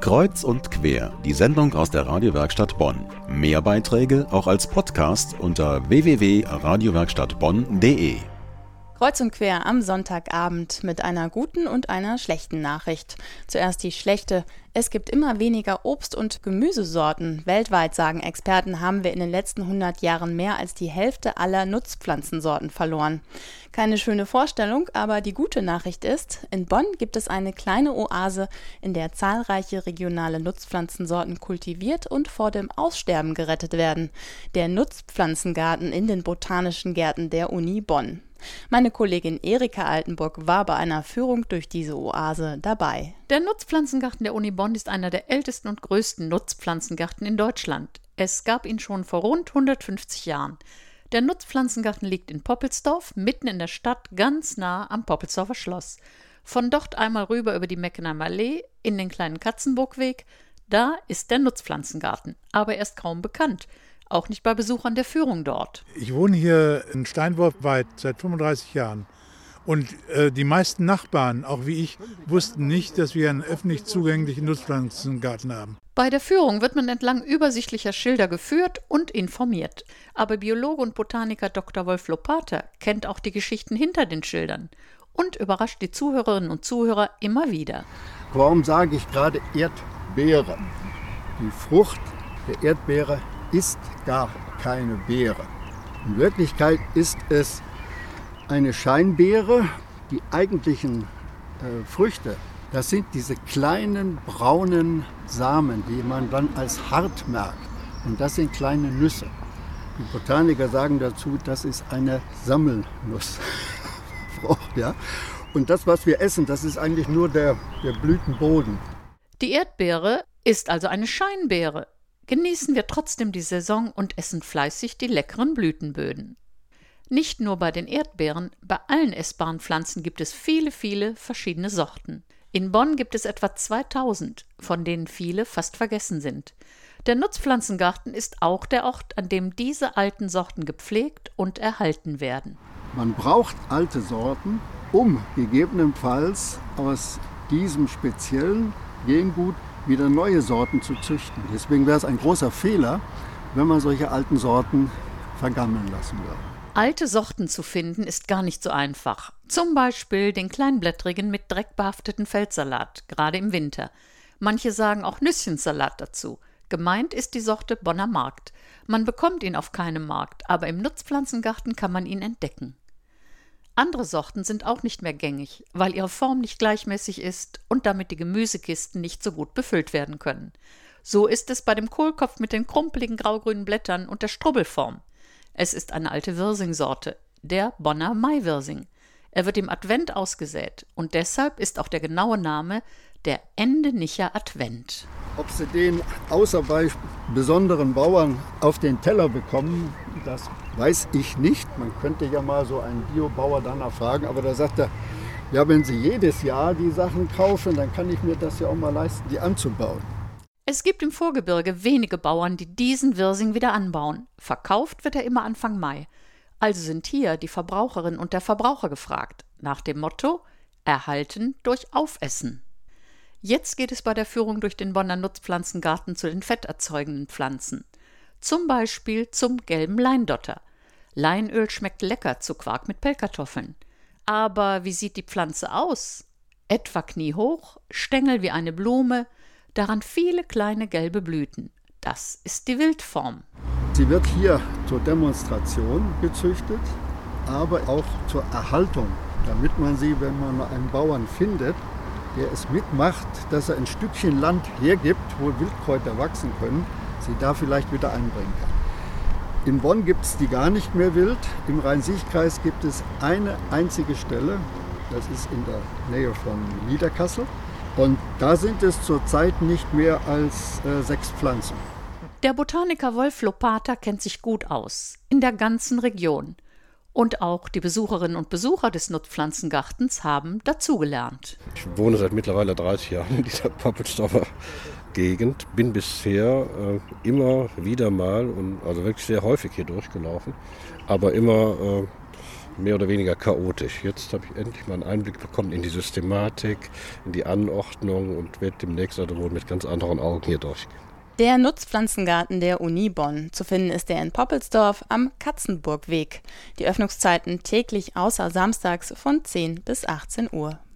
Kreuz und quer, die Sendung aus der Radiowerkstatt Bonn. Mehr Beiträge auch als Podcast unter www.radiowerkstattbonn.de. Kreuz und quer am Sonntagabend mit einer guten und einer schlechten Nachricht. Zuerst die schlechte. Es gibt immer weniger Obst- und Gemüsesorten. Weltweit, sagen Experten, haben wir in den letzten 100 Jahren mehr als die Hälfte aller Nutzpflanzensorten verloren. Keine schöne Vorstellung, aber die gute Nachricht ist, in Bonn gibt es eine kleine Oase, in der zahlreiche regionale Nutzpflanzensorten kultiviert und vor dem Aussterben gerettet werden. Der Nutzpflanzengarten in den Botanischen Gärten der Uni Bonn. Meine Kollegin Erika Altenburg war bei einer Führung durch diese Oase dabei. Der Nutzpflanzengarten der Uni Bonn ist einer der ältesten und größten Nutzpflanzengärten in Deutschland. Es gab ihn schon vor rund 150 Jahren. Der Nutzpflanzengarten liegt in Poppelsdorf, mitten in der Stadt, ganz nah am Poppelsdorfer Schloss. Von dort einmal rüber über die Meckenheimer Allee in den kleinen Katzenburgweg. Da ist der Nutzpflanzengarten, aber er ist kaum bekannt. Auch nicht bei Besuchern der Führung dort. Ich wohne hier in Steinwurfweit seit 35 Jahren. Und die meisten Nachbarn, auch wie ich, wussten nicht, dass wir einen öffentlich zugänglichen Nutzpflanzengarten haben. Bei der Führung wird man entlang übersichtlicher Schilder geführt und informiert. Aber Biologe und Botaniker Dr. Wolf Lopata kennt auch die Geschichten hinter den Schildern und überrascht die Zuhörerinnen und Zuhörer immer wieder. Warum sage ich gerade Erdbeere? Die Frucht der Erdbeere ist gar keine Beere. In Wirklichkeit ist es eine Scheinbeere. Die eigentlichen Früchte, das sind diese kleinen braunen Samen, die man dann als hart merkt. Und das sind kleine Nüsse. Die Botaniker sagen dazu, das ist eine Sammelnussfrucht. Ja? Und das, was wir essen, das ist eigentlich nur der Blütenboden. Die Erdbeere ist also eine Scheinbeere. Genießen wir trotzdem die Saison und essen fleißig die leckeren Blütenböden. Nicht nur bei den Erdbeeren, bei allen essbaren Pflanzen gibt es viele, viele verschiedene Sorten. In Bonn gibt es etwa 2000, von denen viele fast vergessen sind. Der Nutzpflanzengarten ist auch der Ort, an dem diese alten Sorten gepflegt und erhalten werden. Man braucht alte Sorten, um gegebenenfalls aus diesem speziellen Gengut wieder neue Sorten zu züchten. Deswegen wäre es ein großer Fehler, wenn man solche alten Sorten vergammeln lassen würde. Alte Sorten zu finden ist gar nicht so einfach. Zum Beispiel den kleinblättrigen mit Dreck behafteten Feldsalat, gerade im Winter. Manche sagen auch Nüsschensalat dazu. Gemeint ist die Sorte Bonner Markt. Man bekommt ihn auf keinem Markt, aber im Nutzpflanzengarten kann man ihn entdecken. Andere Sorten sind auch nicht mehr gängig, weil ihre Form nicht gleichmäßig ist und damit die Gemüsekisten nicht so gut befüllt werden können. So ist es bei dem Kohlkopf mit den krumpeligen graugrünen Blättern und der Strubbelform. Es ist eine alte Wirsingsorte, der Bonner Maiwirsing. Er wird im Advent ausgesät und deshalb ist auch der genaue Name der Endenicher Advent. Ob sie den außer bei besonderen Bauern auf den Teller bekommen, das weiß ich nicht. Man könnte ja mal so einen Biobauer danach fragen, aber da sagt er, ja, wenn Sie jedes Jahr die Sachen kaufen, dann kann ich mir das ja auch mal leisten, die anzubauen. Es gibt im Vorgebirge wenige Bauern, die diesen Wirsing wieder anbauen. Verkauft wird er immer Anfang Mai. Also sind hier die Verbraucherin und der Verbraucher gefragt, nach dem Motto: Erhalten durch Aufessen. Jetzt geht es bei der Führung durch den Bonner Nutzpflanzengarten zu den fetterzeugenden Pflanzen. Zum Beispiel zum gelben Leindotter. Leinöl schmeckt lecker zu Quark mit Pellkartoffeln. Aber wie sieht die Pflanze aus? Etwa kniehoch, Stängel wie eine Blume, daran viele kleine gelbe Blüten. Das ist die Wildform. Sie wird hier zur Demonstration gezüchtet, aber auch zur Erhaltung, damit man sie, wenn man einen Bauern findet, der es mitmacht, dass er ein Stückchen Land hergibt, wo Wildkräuter wachsen können, sie da vielleicht wieder einbringen kann. In Bonn gibt es die gar nicht mehr wild. Im Rhein-Sieg-Kreis gibt es eine einzige Stelle, das ist in der Nähe von Niederkassel. Und da sind es zurzeit nicht mehr als 6 Pflanzen. Der Botaniker Wolf Lopata kennt sich gut aus, in der ganzen Region. Und auch die Besucherinnen und Besucher des Nutzpflanzengartens haben dazugelernt. Ich wohne seit mittlerweile 30 Jahren in dieser Poppelsdorfer Gegend, bin bisher immer wieder mal und also wirklich sehr häufig hier durchgelaufen, aber immer mehr oder weniger chaotisch. Jetzt habe ich endlich mal einen Einblick bekommen in die Systematik, in die Anordnung und werde demnächst also wohl mit ganz anderen Augen hier durchgehen. Der Nutzpflanzengarten der Uni Bonn. Zu finden ist er in Poppelsdorf am Katzenburgweg. Die Öffnungszeiten täglich außer samstags von 10 bis 18 Uhr.